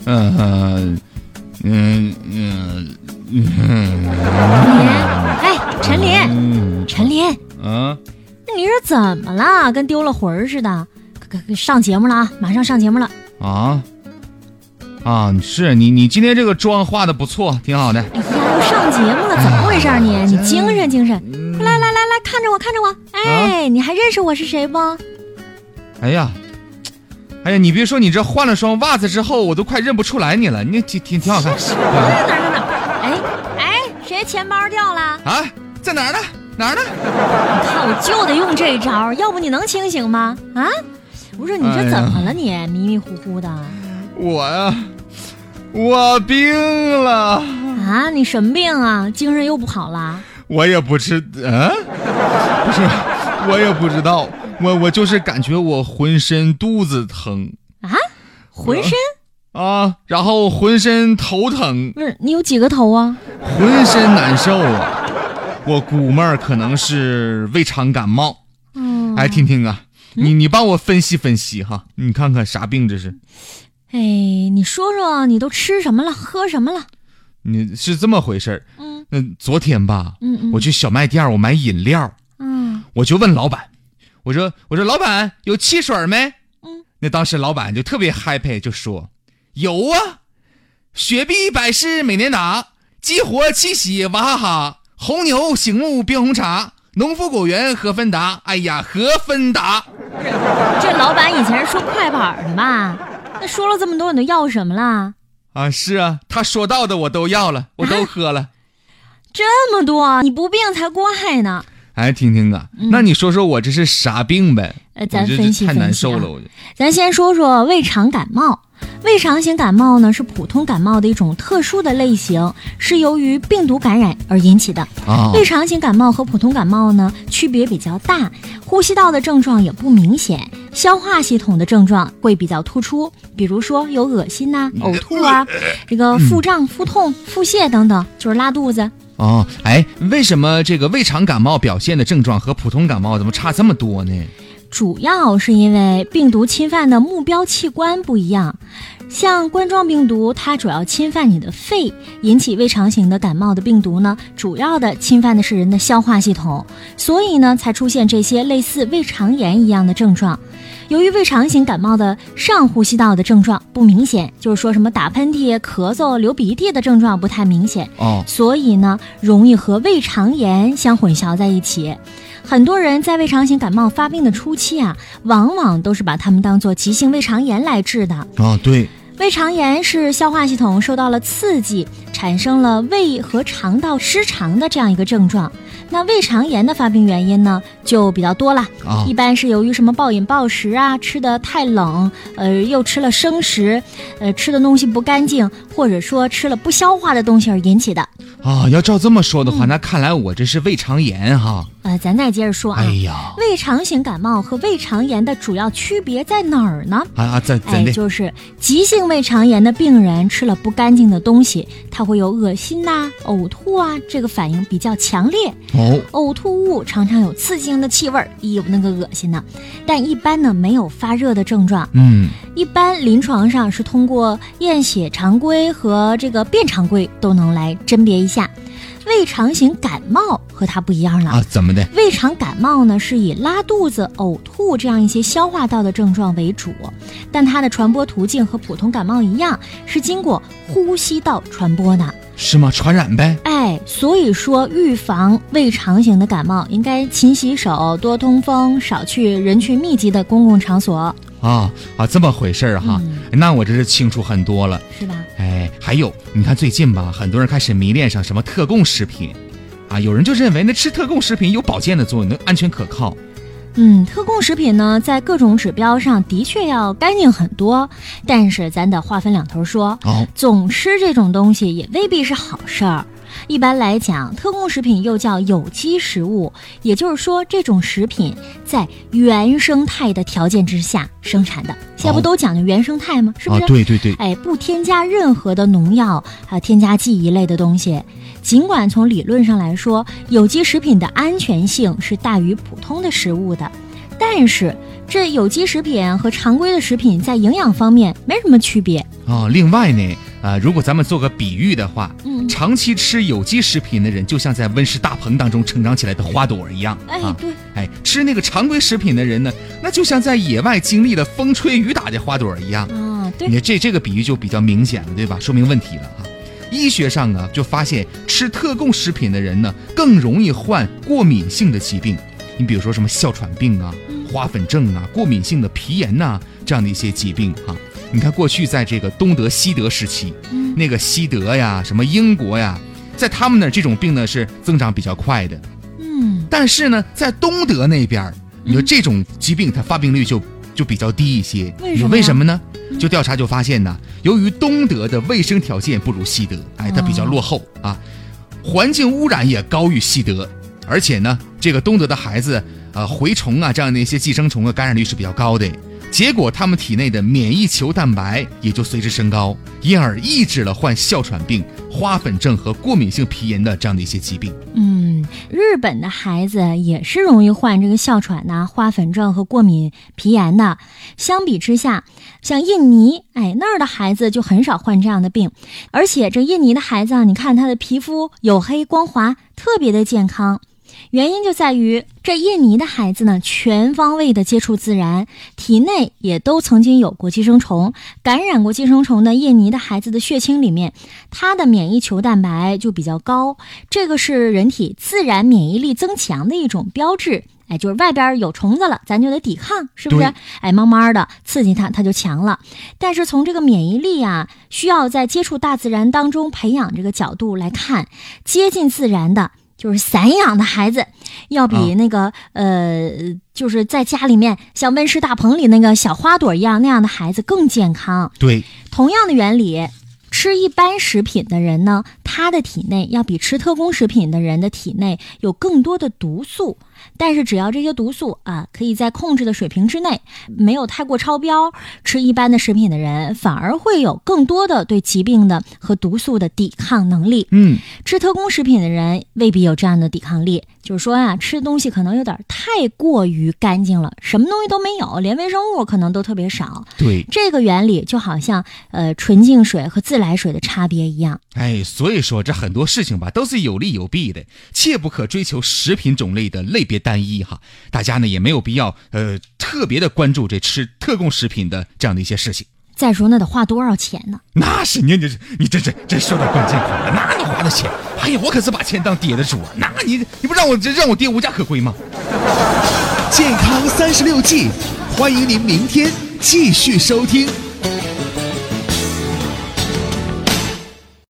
陈林，你是怎么了？跟丢了魂似的。上节目了啊，马上上节目了。 是你今天这个妆化的不错，挺好的。 哎呀，要上节目了，怎么回事你精神。来，看着我。哎，你还认识我是谁不？ 哎呀，你别说，你这换了双袜子之后，我都快认不出来你了。你挺好看。 哪？哎，谁钱包掉了？ 啊，在哪儿呢？哪儿呢？ 你看我就得用这招，要不你能清醒吗？啊，不是你这怎么了你？迷迷糊糊的。 我呀，我病了。 啊，你什么病啊？精神又不好了？ 我也不知，不是，我也不知道。我就是感觉我浑身肚子疼啊，浑身然后浑身头疼。 不是你有几个头啊？ 浑身难受啊，我估摸可能是胃肠感冒。听啊，你帮我分析分析哈，你看看啥病这是？ 哎，你说说你都吃什么了，喝什么了？ 你是这么回事昨天吧，我去小卖店我买饮料，我就问老板。我说老板有汽水没？那当时老板就特别 happy 就说有啊，雪碧百事美年达，激活七喜娃哈哈，红牛醒目冰红茶，农夫果园和芬达。哎呀，和芬达， 这老板以前是说快板的吧？那说了这么多，你都要什么了？ 是啊，他说到的我都要了，我都喝了。 这么多，你不病才怪呢。 听啊，那你说说我这是啥病呗？ 咱分析分析。 太难受了。 咱先说说胃肠感冒。胃肠型感冒呢，是普通感冒的一种特殊的类型，是由于病毒感染而引起的。胃肠型感冒和普通感冒呢，区别比较大，呼吸道的症状也不明显，消化系统的症状会比较突出，比如说有恶心呕吐这个腹胀、腹痛、腹泻等等，就是拉肚子。 为什么这个胃肠感冒表现的症状和普通感冒怎么差这么多呢？ 主要是因为病毒侵犯的目标器官不一样，像冠状病毒它主要侵犯你的肺，引起胃肠型的感冒的病毒呢，主要的侵犯的是人的消化系统，所以呢才出现这些类似胃肠炎一样的症状。由于胃肠型感冒的上呼吸道的症状不明显，就是说什么打喷嚏、咳嗽、流鼻涕的症状不太明显，所以呢容易和胃肠炎相混淆在一起。很多人在胃肠型感冒发病的初期往往都是把它们当作急性胃肠炎来治的。 对， 胃肠炎是消化系统受到了刺激，产生了胃和肠道失常的这样一个症状。那胃肠炎的发病原因呢就比较多了，一般是由于什么暴饮暴食吃的太冷，又吃了生食，吃的东西不干净，或者说吃了不消化的东西而引起的。 要照这么说的话，那看来我这是胃肠炎哈。 咱再接着说胃肠型感冒和胃肠炎的主要区别在哪儿呢？就是急性胃肠炎的病人吃了不干净的东西，他会有恶心呕吐这个反应比较强烈。呕吐物常常有刺激性的气味，有那个恶心的，但一般呢没有发热的症状。一般临床上是通过验血常规和这个便常规都能来甄别一下。胃肠型感冒和它不一样了怎么的？ 胃肠感冒呢是以拉肚子、呕吐这样一些消化道的症状为主，但它的传播途径和普通感冒一样，是经过呼吸道传播的。 是吗？传染呗。 所以说预防胃肠型的感冒，应该勤洗手、多通风、少去人群密集的公共场所。 这么回事哈。那我这是清楚很多了， 是吧？ 还有你看最近吧，很多人开始迷恋上什么特供食品有人就认为那吃特供食品有保健的作用，能安全可靠。 特供食品呢，在各种指标上的确要干净很多，但是咱得划分两头说，总吃这种东西也未必是好事儿。一般来讲，特供食品又叫有机食物，也就是说这种食品在原生态的条件之下生产的。现在不都讲究原生态吗？是不是？ 对对对。 不添加任何的农药添加剂一类的东西。尽管从理论上来说，有机食品的安全性是大于普通的食物的，但是这有机食品和常规的食品在营养方面没什么区别另外呢，如果咱们做个比喻的话，长期吃有机食品的人，就像在温室大棚当中成长起来的花朵一样。 对， 吃那个常规食品的人呢，那就像在野外经历了风吹雨打的花朵一样。 对， 你看这个比喻就比较明显了，对吧？说明问题了医学上就发现吃特供食品的人呢，更容易患过敏性的疾病。你比如说什么哮喘病花粉症过敏性的皮炎这样的一些疾病你看过去在这个东德西德时期，那个西德呀什么英国呀，在他们那这种病呢是增长比较快的。但是呢在东德那边，你说这种疾病它发病率就比较低一些。为什么呢？就调查就发现呢，由于东德的卫生条件不如西德，它比较落后环境污染也高于西德，而且呢这个东德的孩子蛔虫这样的一些寄生虫的感染率是比较高的，结果他们体内的免疫球蛋白也就随之升高，因而抑制了患哮喘病、花粉症和过敏性皮炎的这样的一些疾病。 日本的孩子也是容易患这个哮喘花粉症和过敏皮炎的。相比之下，像印尼那儿的孩子就很少患这样的病，而且这印尼的孩子你看他的皮肤黝黑光滑，特别的健康。原因就在于这印尼的孩子呢，全方位的接触自然，体内也都曾经有过寄生虫，感染过寄生虫的印尼的孩子的血清里面，他的免疫球蛋白就比较高，这个是人体自然免疫力增强的一种标志。就是外边有虫子了，咱就得抵抗，是不是？慢慢的刺激它就强了。但是从这个免疫力需要在接触大自然当中培养这个角度来看，接近自然的就是散养的孩子，要比那个就是在家里面像温室大棚里那个小花朵一样那样的孩子更健康。 对， 同样的原理，吃一般食品的人呢，他的体内要比吃特供食品的人的体内有更多的毒素，但是只要这些毒素可以在控制的水平之内，没有太过超标，吃一般的食品的人反而会有更多的对疾病的和毒素的抵抗能力。吃特供食品的人未必有这样的抵抗力，就是说吃的东西可能有点太过于干净了，什么东西都没有，连微生物可能都特别少。 对， 这个原理就好像纯净水和自来水的差别一样。 所以说这很多事情吧都是有利有弊的，切不可追求食品种类的类别单一大家呢也没有必要特别的关注这吃特供食品的这样的一些事情。 再说那得花多少钱呢？ 那是你这说到关键口了，那你花的钱，我可是把钱当爹的主那你不让我爹无家可归吗？ 健康36计，欢迎您明天继续收听。